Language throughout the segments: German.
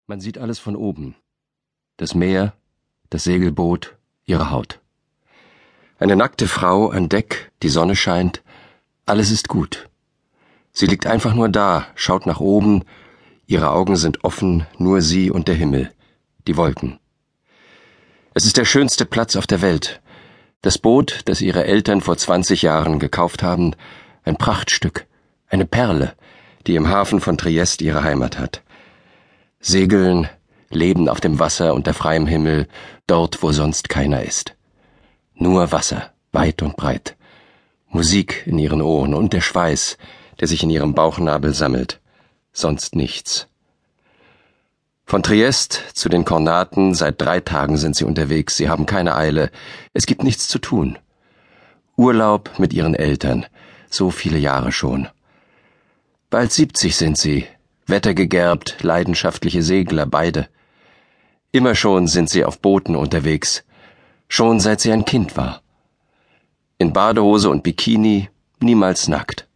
Man sieht alles von oben. Das Meer, das Segelboot, ihre Haut. Eine nackte Frau an Deck, die Sonne scheint, alles ist gut. Sie liegt einfach nur da, schaut nach oben, ihre Augen sind offen, nur sie und der Himmel, die Wolken. Es ist der schönste Platz auf der Welt. Das Boot, das ihre Eltern vor 20 Jahren gekauft haben, ein Prachtstück, eine Perle, die im Hafen von Triest ihre Heimat hat. Segeln, leben auf dem Wasser unter freiem Himmel, dort, wo sonst keiner ist. Nur Wasser, weit und breit. Musik in ihren Ohren und der Schweiß, der sich in ihrem Bauchnabel sammelt. Sonst nichts. Von Triest zu den Kornaten, seit 3 Tagen sind sie unterwegs, sie haben keine Eile, es gibt nichts zu tun. Urlaub mit ihren Eltern, so viele Jahre schon. Bald 70 sind sie, wettergegerbt, leidenschaftliche Segler, beide. Immer schon sind sie auf Booten unterwegs, schon seit sie ein Kind war. In Badehose und Bikini, niemals nackt.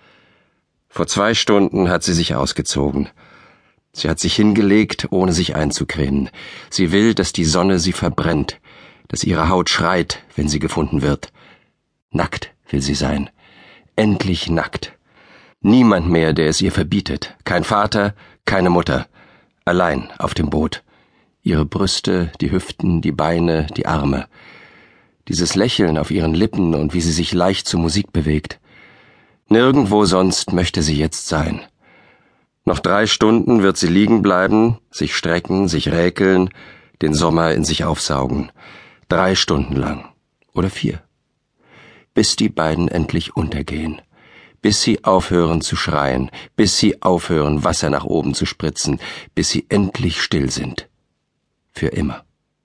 Vor 2 Stunden hat sie sich ausgezogen. Sie hat sich hingelegt, ohne sich einzucremen. Sie will, dass die Sonne sie verbrennt, dass ihre Haut schreit, wenn sie gefunden wird. Nackt will sie sein. Endlich nackt. Niemand mehr, der es ihr verbietet. Kein Vater, keine Mutter. Allein auf dem Boot. Ihre Brüste, die Hüften, die Beine, die Arme. Dieses Lächeln auf ihren Lippen und wie sie sich leicht zur Musik bewegt. Nirgendwo sonst möchte sie jetzt sein. Noch 3 Stunden wird sie liegen bleiben, sich strecken, sich räkeln, den Sommer in sich aufsaugen. 3 Stunden lang. Oder 4. Bis die beiden endlich untergehen. Bis sie aufhören zu schreien, bis sie aufhören, Wasser nach oben zu spritzen, bis sie endlich still sind. Für immer.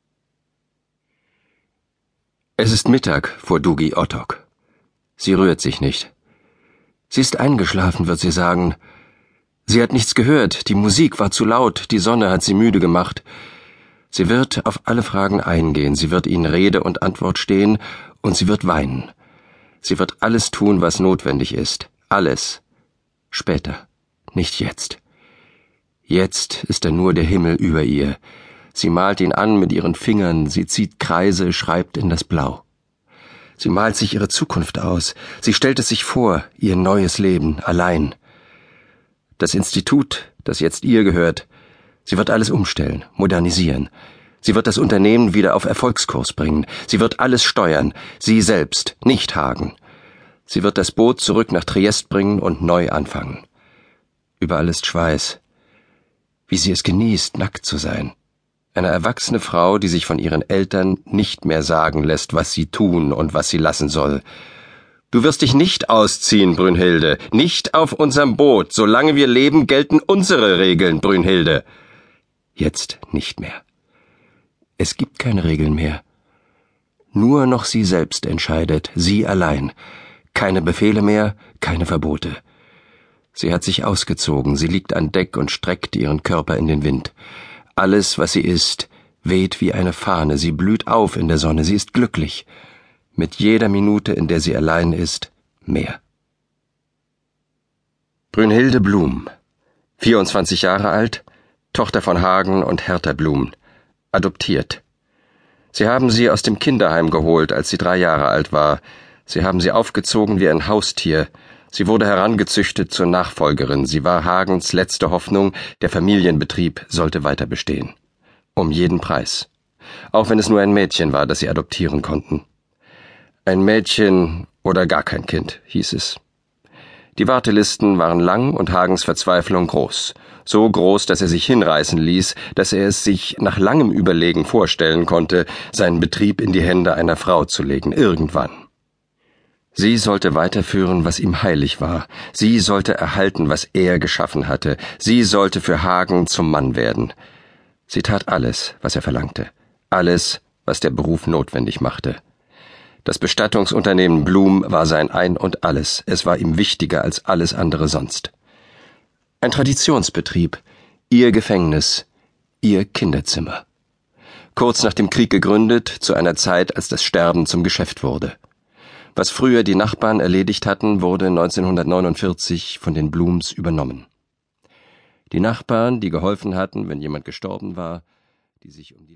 Es ist Mittag vor Dugi Ottok. Sie rührt sich nicht. Sie ist eingeschlafen, wird sie sagen. Sie hat nichts gehört, die Musik war zu laut, die Sonne hat sie müde gemacht. Sie wird auf alle Fragen eingehen, sie wird ihnen Rede und Antwort stehen und sie wird weinen. Sie wird alles tun, was notwendig ist. Alles. Später. Nicht jetzt. Jetzt ist nur der Himmel über ihr. Sie malt ihn an mit ihren Fingern, sie zieht Kreise, schreibt in das Blau. Sie malt sich ihre Zukunft aus. Sie stellt es sich vor, ihr neues Leben, allein. Das Institut, das jetzt ihr gehört, sie wird alles umstellen, modernisieren. Sie wird das Unternehmen wieder auf Erfolgskurs bringen. Sie wird alles steuern. Sie selbst, nicht Hagen. Sie wird das Boot zurück nach Triest bringen und neu anfangen. Überall ist Schweiß. Wie sie es genießt, nackt zu sein. Eine erwachsene Frau, die sich von ihren Eltern nicht mehr sagen lässt, was sie tun und was sie lassen soll. Du wirst dich nicht ausziehen, Brünnhilde. Nicht auf unserem Boot. Solange wir leben, gelten unsere Regeln, Brünnhilde. Jetzt nicht mehr. Es gibt keine Regeln mehr. Nur noch sie selbst entscheidet, sie allein. Keine Befehle mehr, keine Verbote. Sie hat sich ausgezogen, sie liegt an Deck und streckt ihren Körper in den Wind. Alles, was sie ist, weht wie eine Fahne, sie blüht auf in der Sonne, sie ist glücklich. Mit jeder Minute, in der sie allein ist, mehr. Brünnhilde Blum, 24 Jahre alt, Tochter von Hagen und Hertha Blum, adoptiert. Sie haben sie aus dem Kinderheim geholt, als sie 3 Jahre alt war. Sie haben sie aufgezogen wie ein Haustier. Sie wurde herangezüchtet zur Nachfolgerin. Sie war Hagens letzte Hoffnung, der Familienbetrieb sollte weiter bestehen. Um jeden Preis. Auch wenn es nur ein Mädchen war, das sie adoptieren konnten. Ein Mädchen oder gar kein Kind, hieß es. Die Wartelisten waren lang und Hagens Verzweiflung groß. So groß, dass er sich hinreißen ließ, dass er es sich nach langem Überlegen vorstellen konnte, seinen Betrieb in die Hände einer Frau zu legen, irgendwann. Sie sollte weiterführen, was ihm heilig war. Sie sollte erhalten, was er geschaffen hatte. Sie sollte für Hagen zum Mann werden. Sie tat alles, was er verlangte. Alles, was der Beruf notwendig machte. Das Bestattungsunternehmen Blum war sein Ein und Alles. Es war ihm wichtiger als alles andere sonst. Ein Traditionsbetrieb, ihr Gefängnis, ihr Kinderzimmer. Kurz nach dem Krieg gegründet, zu einer Zeit, als das Sterben zum Geschäft wurde. Was früher die Nachbarn erledigt hatten, wurde 1949 von den Blums übernommen. Die Nachbarn, die geholfen hatten, wenn jemand gestorben war, die sich um die